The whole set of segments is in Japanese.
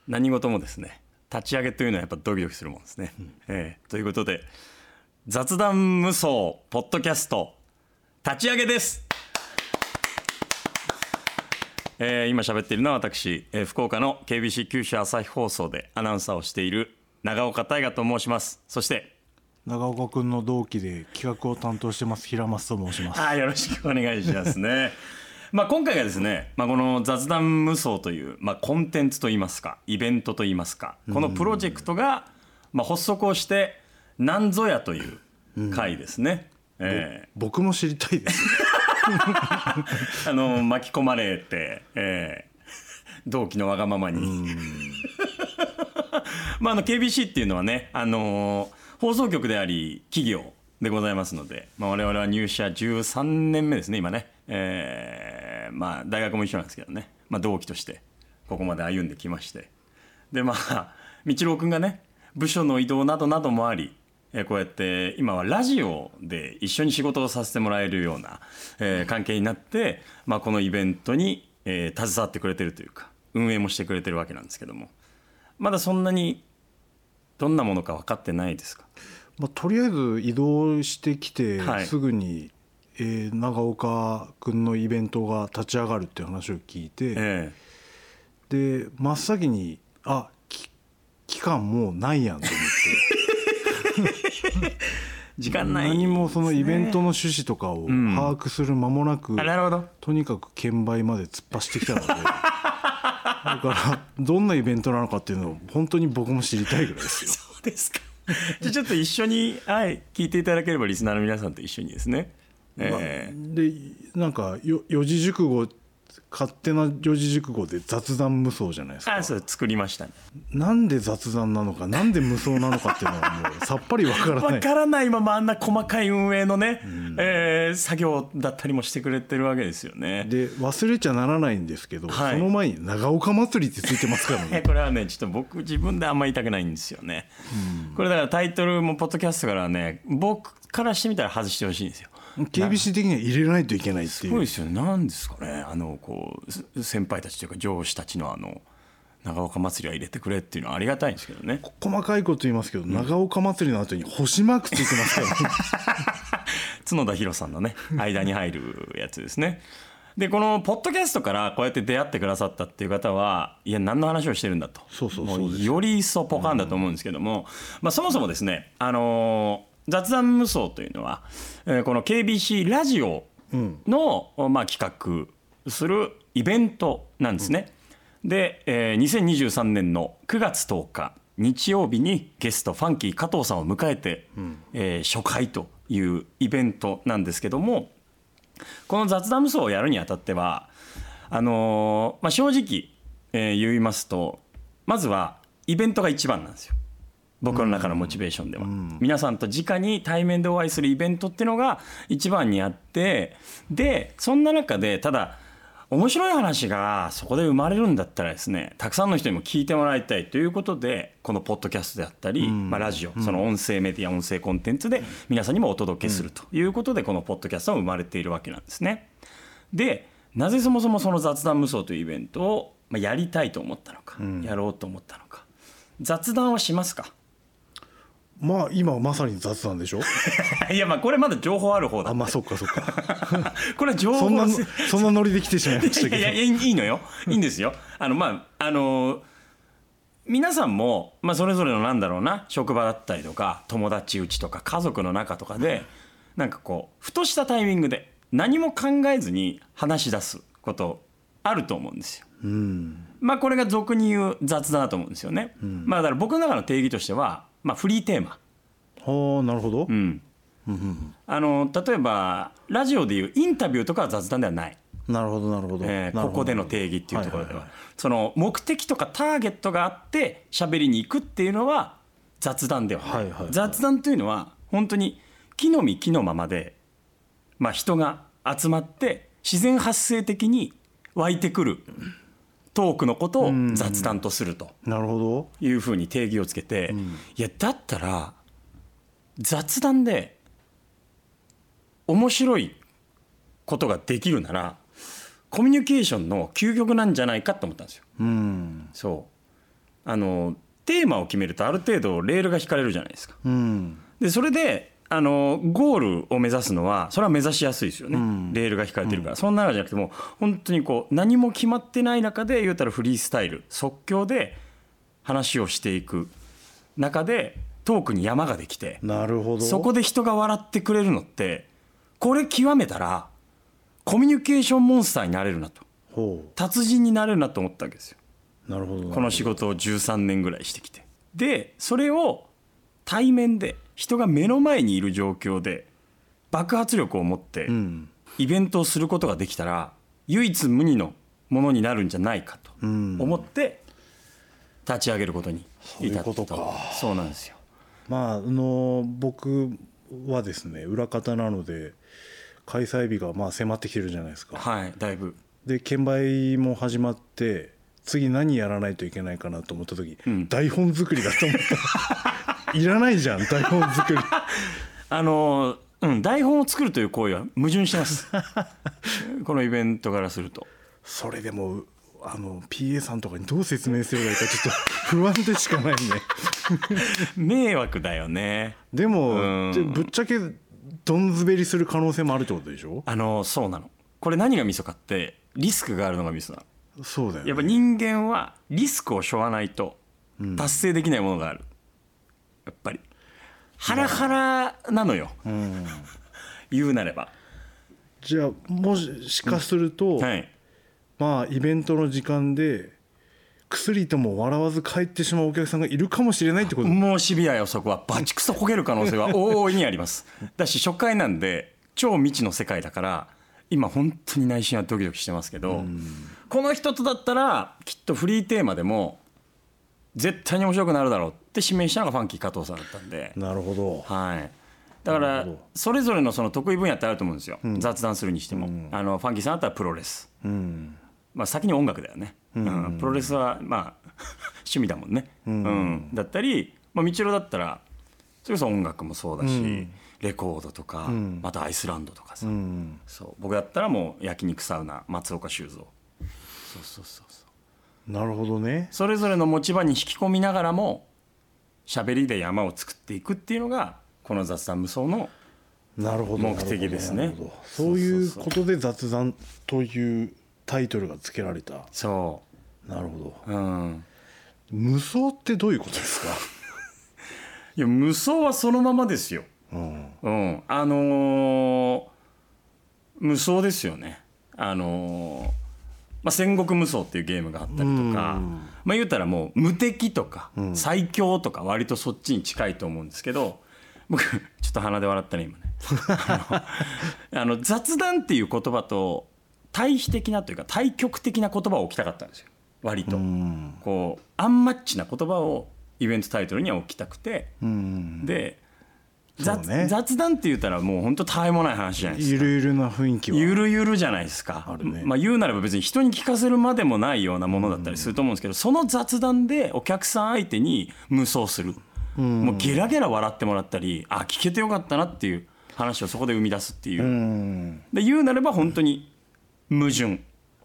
何事もですね、立ち上げというのはやっぱドキドキするもんですね、ということで雑談無双ポッドキャスト立ち上げです。今喋っているのは私、福岡の KBC 九州朝日放送でアナウンサーをしている長岡大河と申します。そして長岡くんの同期で企画を担当してます平松と申します。 よろしくお願いしますね今回がですね、この雑談無双という、コンテンツといいますかイベントといいますか、このプロジェクトが、発足をしてなんぞやという回ですね、 僕も知りたいです巻き込まれて、同期のわがままにKBC っていうのはね、放送局であり企業でございますので、我々は入社13年目ですね今ね、大学も一緒なんですけどね、同期としてここまで歩んできまして、で道郎くんがね部署の移動などなどもあり、こうやって今はラジオで一緒に仕事をさせてもらえるような、関係になって、このイベントに、携わってくれてるというか運営もしてくれてるわけなんですけども、まだそんなにどんなものか分かってないですか？ とりあえず移動してきてすぐに、長岡くんのイベントが立ち上がるっていう話を聞いて、で真っ先に期間もうないやんと思って時間ない、 何もそのイベントの趣旨とかを把握する間もなく、とにかく券売まで突っ走ってきたのでだからどんなイベントなのかっていうのを本当に僕も知りたいぐらいですよ。 そうですか。じゃあちょっと一緒に、聞いていただければリスナーの皆さんと一緒にですね、 でなんか四字熟語、勝手な四字熟語で雑談無双じゃないですか。 それ作りましたね。 なんで雑談なのかなんで無双なのかっていうのはもうさっぱりわからないわからないままあんな細かい運営のね、作業だったりもしてくれてるわけですよね。 で忘れちゃならないんですけど、その前に長岡祭りってついてますからねこれはねちょっと僕自分であんま言いたくないんですよね、これだからタイトルもポッドキャストからはね僕からしてみたら外してほしいんですよ。 KBC 的には入れないといけないっていう。 すごいですよね。なんですかね、先輩たちというか上司たちの長岡祭りは入れてくれっていうのはありがたいんですけどね。 細かいこと言いますけど、長岡祭りの後に星マークついてますからね角田博さんのね間に入るやつですね。でこのポッドキャストからこうやって出会ってくださったっていう方はいや何の話をしてるんだと、より一層ポカンだと思うんですけども、そもそもですね、雑談無双というのは、この KBC ラジオの、企画するイベントなんですね。で、2023年の9月10日日曜日にゲストファンキー加藤さんを迎えて、初回というイベントなんですけども、この雑談無双をやるにあたっては正直、言いますとまずはイベントが一番なんですよ。僕の中のモチベーションでは、皆さんと直に対面でお会いするイベントっていうのが一番にあって、でそんな中でただ面白い話がそこで生まれるんだったらですね、たくさんの人にも聞いてもらいたいということでこのポッドキャストであったり、ラジオ、その音声メディア音声コンテンツで皆さんにもお届けするということでこのポッドキャストも生まれているわけなんですね。でなぜそもそもその雑談無双というイベントをやりたいと思ったのか、やろうと思ったのか。雑談はしますか？ 今まさに雑談でしょいやこれまだ情報ある方だって。 そっかこれは情報そんなノリで来てしまいましたけどいいのよ、いいんですよ。皆さんも、それぞれの職場だったりとか友達うちとか家族の中とかでふとしたタイミングで何も考えずに話し出すことあると思うんですよ。これが俗に言う雑談だと思うんですよね。だから僕の中の定義としてはフリーテーマ。 なるほど。 例えばラジオでいうインタビューとかは雑談ではない。 なるほどここでの定義っていうところでは、その目的とかターゲットがあって喋りに行くっていうのは雑談ではない。雑談というのは本当に木の実木のままで、人が集まって自然発生的に湧いてくるトークのことを雑談とするというふうに定義をつけて、いやだったら雑談で面白いことができるならコミュニケーションの究極なんじゃないかと思ったんですよ。 テーマを決めるとある程度レールが引かれるじゃないですか。でそれでゴールを目指すのはそれは目指しやすいですよね、レールが引かれてるから、そんなのじゃなくても本当にこう何も決まってない中で言うたらフリースタイル即興で話をしていく中でトークに山ができて、 なるほど、 そこで人が笑ってくれるのってこれ極めたらコミュニケーションモンスターになれるなと、達人になれるなと思ったわけですよ。 なるほど。 この仕事を13年ぐらいしてきて、でそれを対面で人が目の前にいる状況で爆発力を持ってイベントをすることができたら唯一無二のものになるんじゃないかと思って立ち上げることに至った。 そういうことか。 そうなんですよ。 まあ僕はですね裏方なので開催日がまあ迫ってきてるじゃないですか。 はい、だいぶ。 で券売も始まって次何やらないといけないかなと思った時、台本作りだと思ったいらないじゃん台本作り台本を作るという行為は矛盾してますこのイベントからすると。 それでもPA さんとかにどう説明すればいいかちょっと不安でしかないね迷惑だよね。 でも、ぶっちゃけどんずべりする可能性もあるってことでしょ。 そうなの。これ何がミソかってリスクがあるのがミソなの。 そうだよね。 やっぱ人間はリスクを背負わないと達成できないものがある、やっぱりハラハラなのよ、言うなれば。 じゃあもしかすると、 はい、 まあイベントの時間で薬とも笑わず帰ってしまうお客さんがいるかもしれないってこと。 もうシビアよ。そこはバチクソ焦げる可能性は大いにありますだし初回なんで超未知の世界だから今本当に内心はドキドキしてますけど、この人とだったらきっとフリーテーマでも絶対に面白くなるだろうって指名したのがファンキー加藤さんだったんで。 なるほど。 はい、だからそれぞれのその得意分野ってあると思うんですよ、雑談するにしても、ファンキーさんだったらプロレス、まあ、先に音楽だよね、プロレスはまあ趣味だもんね、だったり、まあ、みちろだったらそれこそ音楽もそうだし、レコードとか、またアイスランドとかさ、そう僕だったらもう焼肉サウナ松岡修造、そうなるほどね。 それぞれの持ち場に引き込みながらも喋りで山を作っていくっていうのがこの雑談無双の目的ですね。 そういうことで雑談というタイトルが付けられた。 そう。 なるほど。無双ってどういうことですかいや無双はそのままですよ。無双ですよね。戦国無双っていうゲームがあったりとか、まあ言うたらもう無敵とか最強とか割とそっちに近いと思うんですけど、僕ちょっと鼻で笑ったね今ね雑談っていう言葉と対比的なというか対極的な言葉を置きたかったんですよ。割とこうアンマッチな言葉をイベントタイトルには置きたくて、で雑談って言ったらもう本当たわいもない話じゃないですか。 ゆるゆるな雰囲気はゆるゆるじゃないですか、まあ、言うなれば別に人に聞かせるまでもないようなものだったりすると思うんですけど、その雑談でお客さん相手に無双する、もうゲラゲラ笑ってもらったり、あ聞けてよかったなっていう話をそこで生み出すっていう、で言うなれば本当に矛盾、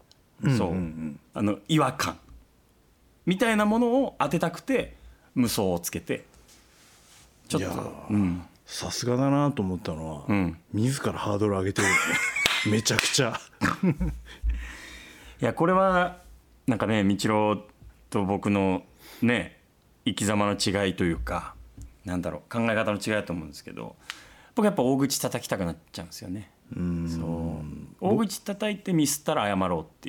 違和感みたいなものを当てたくて無双をつけてちょっとさすがだなと思ったのは、自らハードル上げてるめちゃくちゃいやこれはなんかねみちろと僕のね生き様の違いというかなんだろう考え方の違いだと思うんですけど、僕やっぱ大口叩きたくなっちゃうんですよね。そう大口叩いてミスったら謝ろうっていう、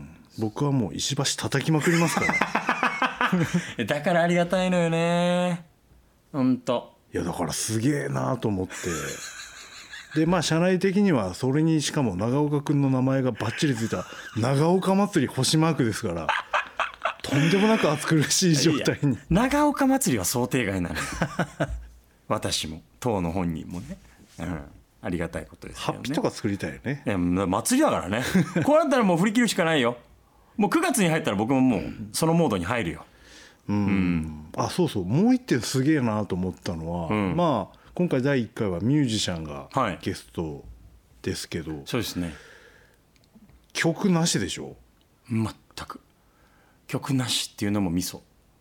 僕はもう石橋叩きまくりますからだからありがたいのよねほんと。 いやだからすげえなと思ってでまあ社内的にはそれにしかも長岡くんの名前がバッチリついた長岡祭り星マークですからとんでもなく暑苦しい状態に。 長岡祭りは想定外なのよ私も当の本人もね、ありがたいことですよね。 ハッピーとか作りたいよね。 いや祭りだからねこうなったらもう振り切るしかないよ。もう9月に入ったら僕ももうそのモードに入るよ。 あそうそうもう一点すげえなと思ったのは、まあ今回第1回はミュージシャンがゲストですけど、 そうですね曲なしでしょ。 全く曲なしっていうのもミソ。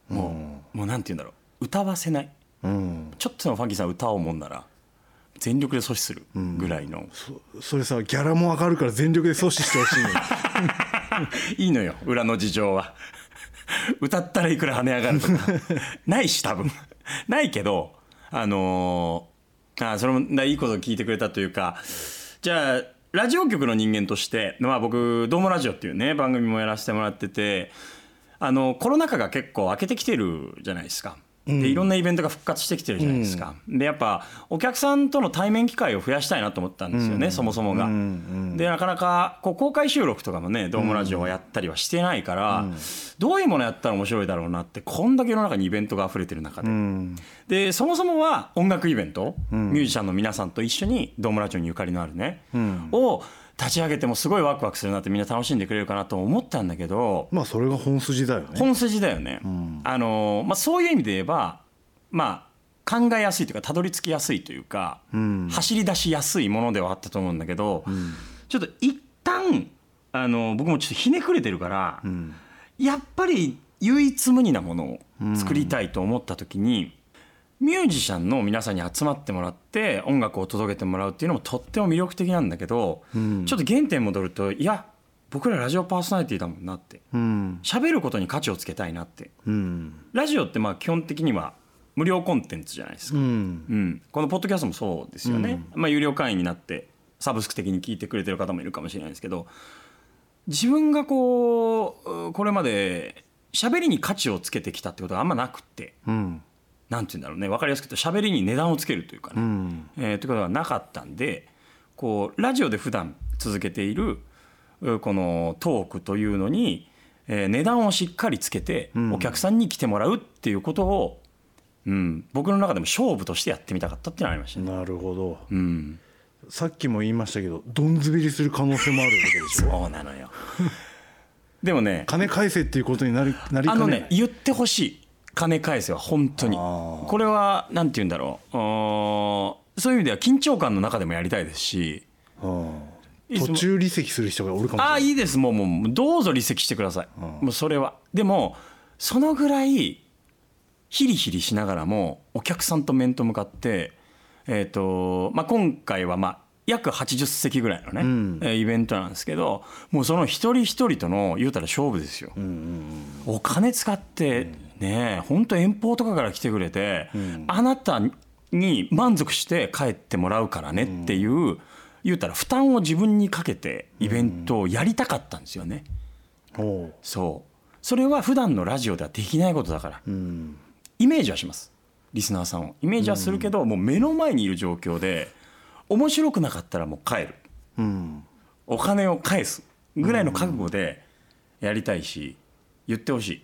もうなんて言うんだろう、歌わせない、ちょっとでもファンキーさん歌おうもんなら全力で阻止するぐらいの、 それさギャラも上がるから全力で阻止してほしいのいいのよ裏の事情は歌ったらいくら跳ね上がるとかないし多分ないけどそれもいいことを聞いてくれたというか、じゃあラジオ局の人間として、僕どうもラジオっていうね番組もやらせてもらってて、コロナ禍が結構明けてきてるじゃないですか。でいろんなイベントが復活してきてるじゃないですか。でやっぱお客さんとの対面機会を増やしたいなと思ったんですよね、そもそもが。でなかなか公開収録とかもねどうもラジオはやったりはしてないから、どういうものやったら面白いだろうなって、こんだけ世の中にイベントが溢れてる中で、でそもそもは音楽イベント、ミュージシャンの皆さんと一緒にどうもラジオにゆかりのあるね、を立ち上げてもすごいワクワクするなって、みんな楽しんでくれるかなと思ったんだけど、 それが本筋だよね。 本筋だよね。そういう意味で言えば考えやすいというかたどり着きやすいというか、走り出しやすいものではあったと思うんだけど、ちょっと一旦僕もちょっとひねくれてるから、やっぱり唯一無二なものを作りたいと思った時に、ミュージシャンの皆さんに集まってもらって音楽を届けてもらうっていうのもとっても魅力的なんだけど、ちょっと原点戻ると、いや僕らラジオパーソナリティだもんなって、喋ることに価値をつけたいなって、ラジオって基本的には無料コンテンツじゃないですか、このポッドキャストもそうですよね、有料会員になってサブスク的に聞いてくれてる方もいるかもしれないですけど、自分がこれまで喋りに価値をつけてきたってことがあんまなくって、なんていうんだろうね、分かりやすく言うと喋りに値段をつけるというかね、ということがなかったんで、ラジオで普段続けているこのトークというのに値段をしっかりつけてお客さんに来てもらうっていうことを、僕の中でも勝負としてやってみたかったっていうのがありましたね。 なるほど、さっきも言いましたけどどんずべりする可能性もあるわけでしょそうなのよでもね、 金返せっていうことになりかねない。 言ってほしい、金返せは本当に。これはなんて言うんだろう、そういう意味では緊張感の中でもやりたいですし、 途中離席する人がおるかもしれない。 いいです、もうどうぞ離席してください、もうそれは。でもそのぐらいヒリヒリしながらもお客さんと面と向かって、今回は約80席ぐらいのね、イベントなんですけど、もうその一人一人との言うたら勝負ですよ、お金使ってね、本当遠方とかから来てくれて、あなたに満足して帰ってもらうからねっていう、言うたら負担を自分にかけてイベントをやりたかったんですよね。それは普段のラジオではできないことだから、イメージはします、リスナーさんをイメージはするけど、もう目の前にいる状況で面白くなかったらもう帰る、お金を返すぐらいの覚悟でやりたいし、言ってほしい。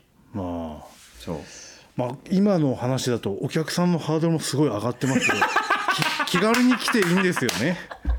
今の話だとお客さんのハードルもすごい上がってますけど気軽に来ていいんですよね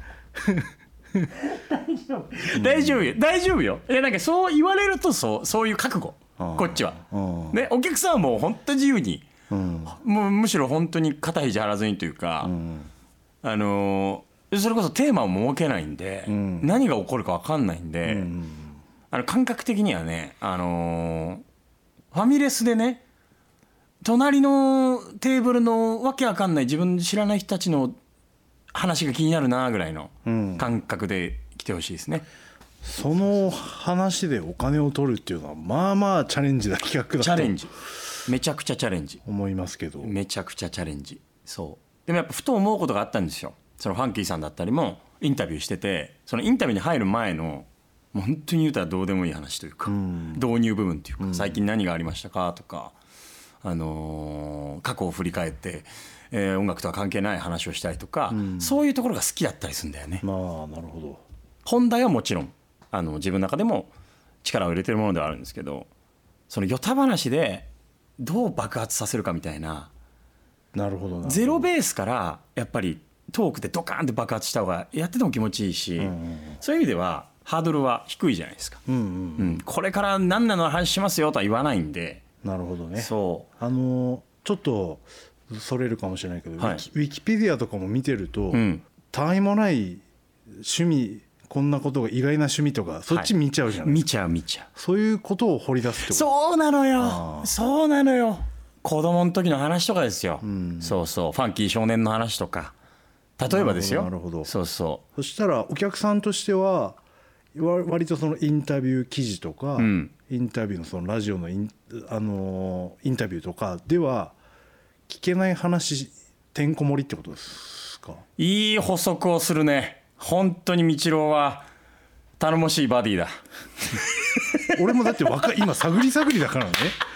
大丈夫よ。なんかそう言われるとそういう覚悟、こっちは、ね、お客さんはもう本当に自由に、もうむしろ本当に肩肘張らずにというか、それこそテーマを設けないんで、何が起こるか分かんないんで、感覚的にはね、ファミレスでね、隣のテーブルのわけわかんない自分知らない人たちの話が気になるなぐらいの感覚で来てほしいですね。 その話でお金を取るっていうのはチャレンジな企画だと、 チャレンジ、めちゃくちゃチャレンジ思いますけど、 めちゃくちゃチャレンジ。でもやっぱふと思うことがあったんですよ。そのファンキーさんだったりもインタビューしてて、そのインタビューに入る前のもう本当に言うたらどうでもいい話というか、導入部分というか、最近何がありましたかとか、過去を振り返って、音楽とは関係ない話をしたりとか、そういうところが好きだったりするんだよね。 なるほど。 本題はもちろん自分の中でも力を入れてるものではあるんですけど、そのヨタ話でどう爆発させるかみたいな、ゼロベースからやっぱりトークでドカーンって爆発した方がやってても気持ちいいし、そういう意味ではハードルは低いじゃないですか。これから何なの話しますよとは言わないんで。 なるほどね。ちょっとそれるかもしれないけど、ウィキペディアとかも見てると、たわいもない趣味こんなことが意外な趣味とかそっち見ちゃうじゃないですか、 見ちゃうそういうことを掘り出すってこと。 そうなのよ子供の時の話とかですよ、そうそうファンキー少年の話とか例えばですよ。 なるほど。 そしたらお客さんとしては割とそのインタビュー記事とか、インタビューのそのラジオのインタビューとかでは聞けない話てんこ盛りってことですか。 いい補足をするね。本当に道郎は頼もしいバディだ俺もだって今探りだからね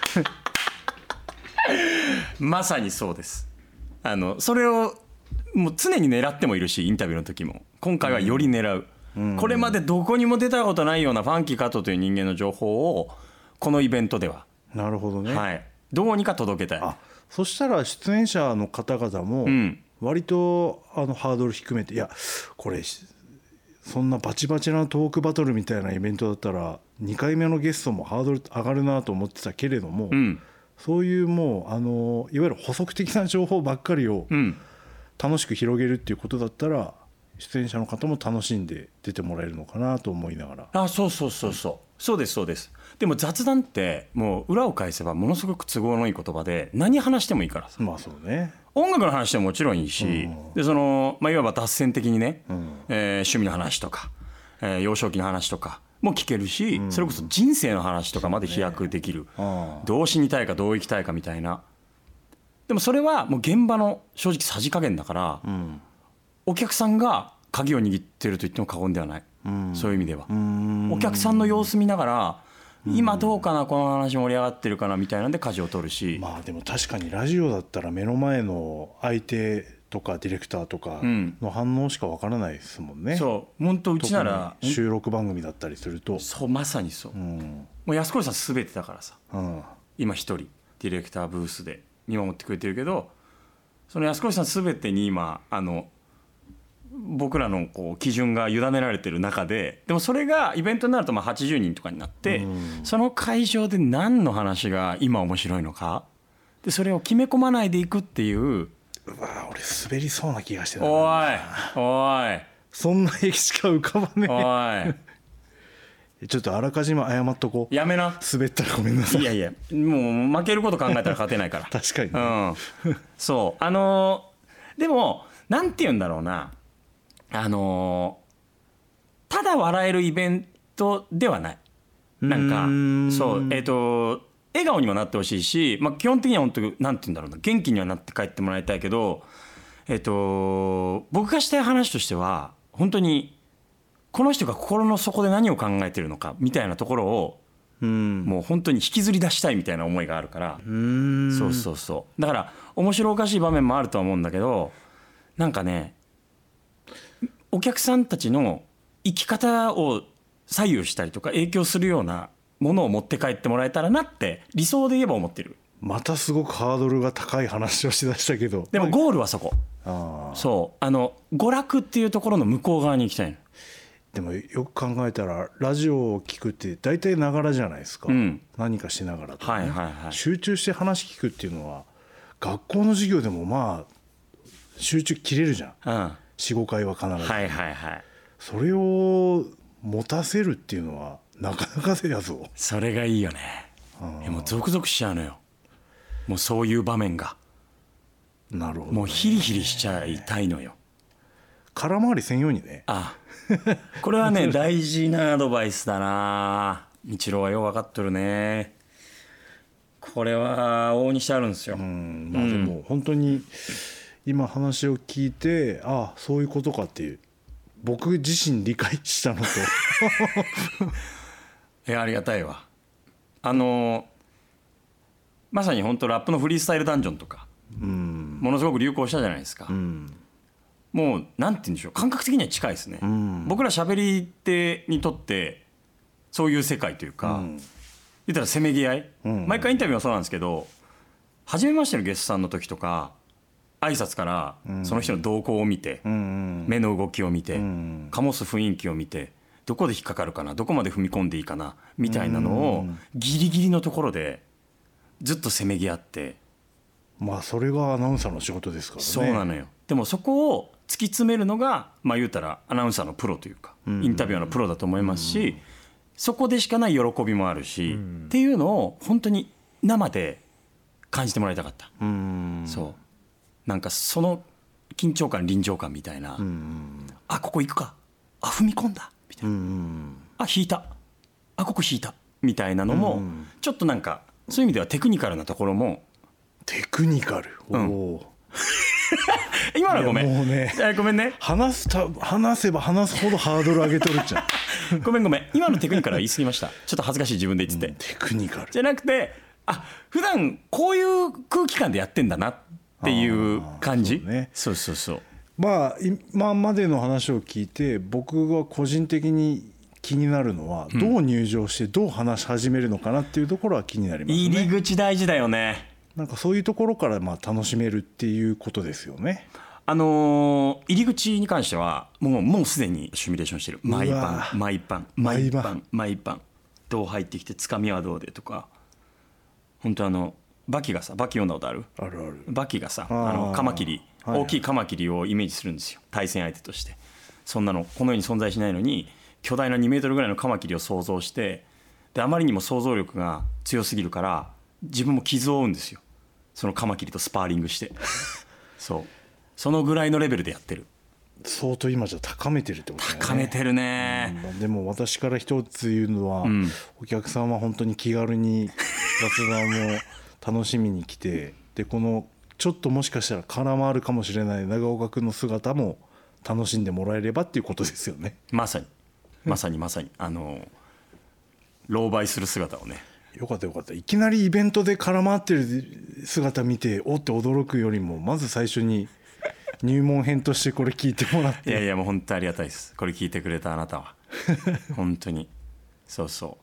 まさにそうです。それをもう常に狙ってもいるし、インタビューの時も今回はより狙う、これまでどこにも出たことないようなファンキー加藤という人間の情報をこのイベントでは、 なるほどね、 はい、どうにか届けたい。 そしたら出演者の方々も割とハードル低めて、いやこれそんなバチバチなトークバトルみたいなイベントだったら2回目のゲストもハードル上がるなと思ってたけれども、そういうもういわゆる補足的な情報ばっかりを楽しく広げるっていうことだったら、出演者の方も楽しんで出てもらえるのかなと思いながら。 そうです。でも雑談ってもう裏を返せばものすごく都合のいい言葉で、何話してもいいからさ。 そうね。 音楽の話でももちろんいいし、でいわば脱線的にね、趣味の話とか、幼少期の話とかも聞けるし、それこそ人生の話とかまで飛躍できる、どう死にたいかどう生きたいかみたいな。でもそれはもう現場の正直さじ加減だから、お客さんが鍵を握っていると言っても過言ではない、そういう意味では。お客さんの様子見ながら、今どうかな、この話盛り上がってるかなみたいなんで舵を取るし。 でも確かにラジオだったら目の前の相手とかディレクターとかの反応しかわからないですもんね。 そう本当うちなら収録番組だったりすると、 まさにそう、もう安越さん全てだからさ、今一人ディレクターブースで見守ってくれてるけど、その安越さん全てに今僕らのこう基準が委ねられてる中で、でもそれがイベントになると80人とかになって、その会場で何の話が今面白いのかで、それを決め込まないでいくっていう。 俺滑りそうな気がしてた。 おいそんな絵しか浮かばねえちょっとあらかじめ謝っとこう。 やめな、 滑ったらごめんなさい。 いやもう負けること考えたら勝てないから確かにね、 そうでもなんて言うんだろうな、ただ笑えるイベントではない。なんか笑顔にもなってほしいし、基本的には本当なんて言うんだろうな、元気にはなって帰ってもらいたいけど、僕がしたい話としては本当にこの人が心の底で何を考えてるのかみたいなところをもう本当に引きずり出したいみたいな思いがあるから。だから面白おかしい場面もあるとは思うんだけど、なんかね、お客さんたちの生き方を左右したりとか影響するようなものを持って帰ってもらえたらなって理想で言えば思ってる。 またすごくハードルが高い話をしだしたけど、 でもゴールはそこ。娯楽っていうところの向こう側に行きたいの。 でもよく考えたらラジオを聞くって大体ながらじゃないですか、何かしながらとかね、集中して話聞くっていうのは学校の授業でも集中切れるじゃん、4,5 回は必ず、それを持たせるっていうのはなかなかせやぞ。 それがいいよね。もうゾクゾクしちゃうのよ、もうそういう場面が。 なるほど、ね、 もうヒリヒリしちゃいたいのよ。 空回りせんようにね。 これはね大事なアドバイスだな。道郎はよう分かっとるね。これは往々にしてあるんですよ。 でも本当に今話を聞いて、そういうことかっていう僕自身理解したのといやありがたいわ。まさに本当ラップのフリースタイルダンジョンとか、ものすごく流行したじゃないですか。もうなんて言うんでしょう、感覚的には近いですね。僕ら喋り手にとってそういう世界というか、言ったらせめぎ合い、毎回インタビューはそうなんですけど、初めましてのゲストさんの時とか挨拶からその人の動向を見て、目の動きを見て、醸す雰囲気を見て、どこで引っかかるかな、どこまで踏み込んでいいかなみたいなのをギリギリのところでずっとせめぎ合って。 それがアナウンサーの仕事ですからね。 そうなのよ。でもそこを突き詰めるのがまあ言うたらアナウンサーのプロというかインタビュアーのプロだと思いますし、そこでしかない喜びもあるし、っていうのを本当に生で感じてもらいたかった。そうなんかその緊張感臨場感みたいな、あここ行くか、あ踏み込んだみたいな、あ引いた、あここ引いたみたいなのもちょっとなんかそういう意味ではテクニカルなところも。 テクニカル、 今のはごめん、 もうね、 ごめんね、 話せば話すほどハードル上げとるじゃんごめん今のテクニカルは言い過ぎました。ちょっと恥ずかしい自分で言ってて、 テクニカルじゃなくて、あ普段こういう空気感でやってんだなっていう感じ。そうそうそう。 まあ今までの話を聞いて僕が個人的に気になるのは、どう入場してどう話し始めるのかなっていうところは気になりますね。 入り口大事だよね。 なんかそういうところからまあ楽しめるっていうことですよね。 入り口に関してはもうすでにシミュレーションしてる。毎晩どう入ってきてつかみはどうでとか。本当バキがさ、バキ読んだことある？ あるある。 バキがさカマキリ、大きいカマキリをイメージするんですよ、対戦相手として。そんなのこの世に存在しないのに巨大な2メートルぐらいのカマキリを想像して、であまりにも想像力が強すぎるから自分も傷を負うんですよ、そのカマキリとスパーリングしてそのぐらいのレベルでやってる。 相当今じゃ高めてるってことだよね。 高めてるね、 でも私から一つ言うのは、お客さんは本当に気軽に雑談を楽しみに来て、でこのちょっともしかしたら空回るかもしれない長岡君の姿も楽しんでもらえればっていうことですよね。 まさに狼狽する姿をね。 よかったよかった。いきなりイベントで空回ってる姿見ておって驚くよりも、まず最初に入門編としてこれ聞いてもらって。 いやもう本当ありがたいです、これ聞いてくれたあなたは本当にそうそう、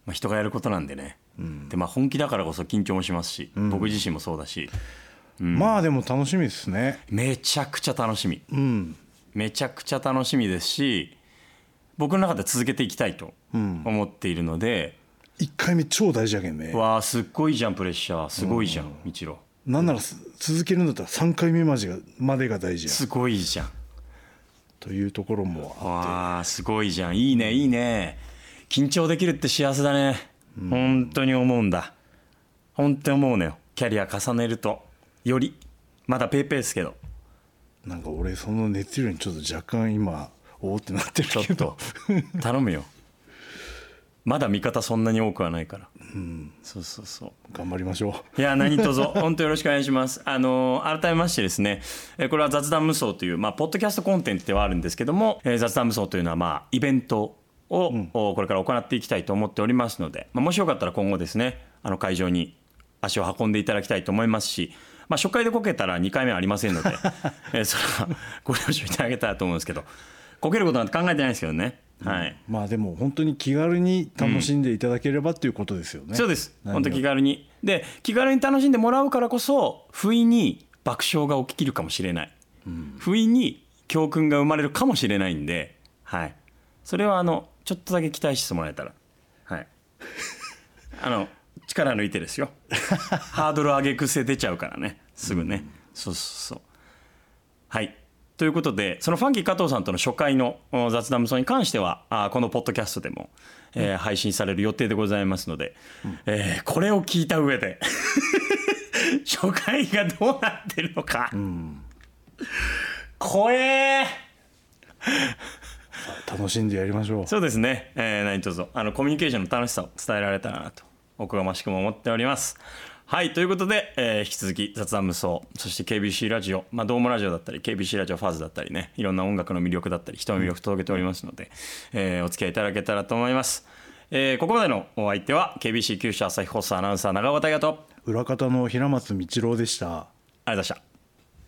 人がやることなんでね、で本気だからこそ緊張もしますし、僕自身もそうだし、 まあでも楽しみですね。 めちゃくちゃ楽しみ、めちゃくちゃ楽しみですし、僕の中で続けていきたいと思っているので、 1回目超大事やけんね。 わあすっごいじゃん、プレッシャーすごいじゃん、みちろ。 なんなら続けるんだったら3回目までが大事や。 すごいじゃんというところもあって、 わあすごいじゃん、いいねいいね。緊張できるって幸せだね、本当に思うんだ、本当に思うのよ。キャリア重ねるとより、まだペーペーですけど、 なんか俺その熱量にちょっと若干今おおってなってるけど、 ちょっと頼むよまだ味方そんなに多くはないから、そう頑張りましょう。いや何卒本当よろしくお願いします。改めましてですね、これは雑談無双という、ポッドキャストコンテンツではあるんですけども、雑談無双というのはイベントをこれから行っていきたいと思っておりますので、もしよかったら今後ですね会場に足を運んでいただきたいと思いますし、初回でこけたら2回目はありませんのでそれはご了承いただけたらと思うんですけど、こけることなんて考えてないですけどね。 まあでも本当に気軽に楽しんでいただければっていうことですよね。 そうです、本当気軽に。で気軽に楽しんでもらうからこそ不意に爆笑が起きるかもしれない、不意に教訓が生まれるかもしれないんで、それはちょっとだけ期待してもらえたら、力抜いてですよハードル上げ癖出ちゃうからね、すぐね、そうということで、そのファンキー加藤さんとの初回の雑談無双に関してはこのポッドキャストでも、配信される予定でございますので、これを聞いた上で初回がどうなってるのか、怖え楽しんでやりましょう。 そうですね、何卒コミュニケーションの楽しさを伝えられたらなとおこがましくも思っております。ということで、引き続き雑談無双、そして KBC ラジオ、ドームラジオだったり KBC ラジオファーズだったりね、いろんな音楽の魅力だったり人の魅力届けておりますので、お付き合いいただけたらと思います。ここまでのお相手は KBC 九州朝日放送アナウンサー長尾大和と裏方の平松道郎でした。 ありがとうございました。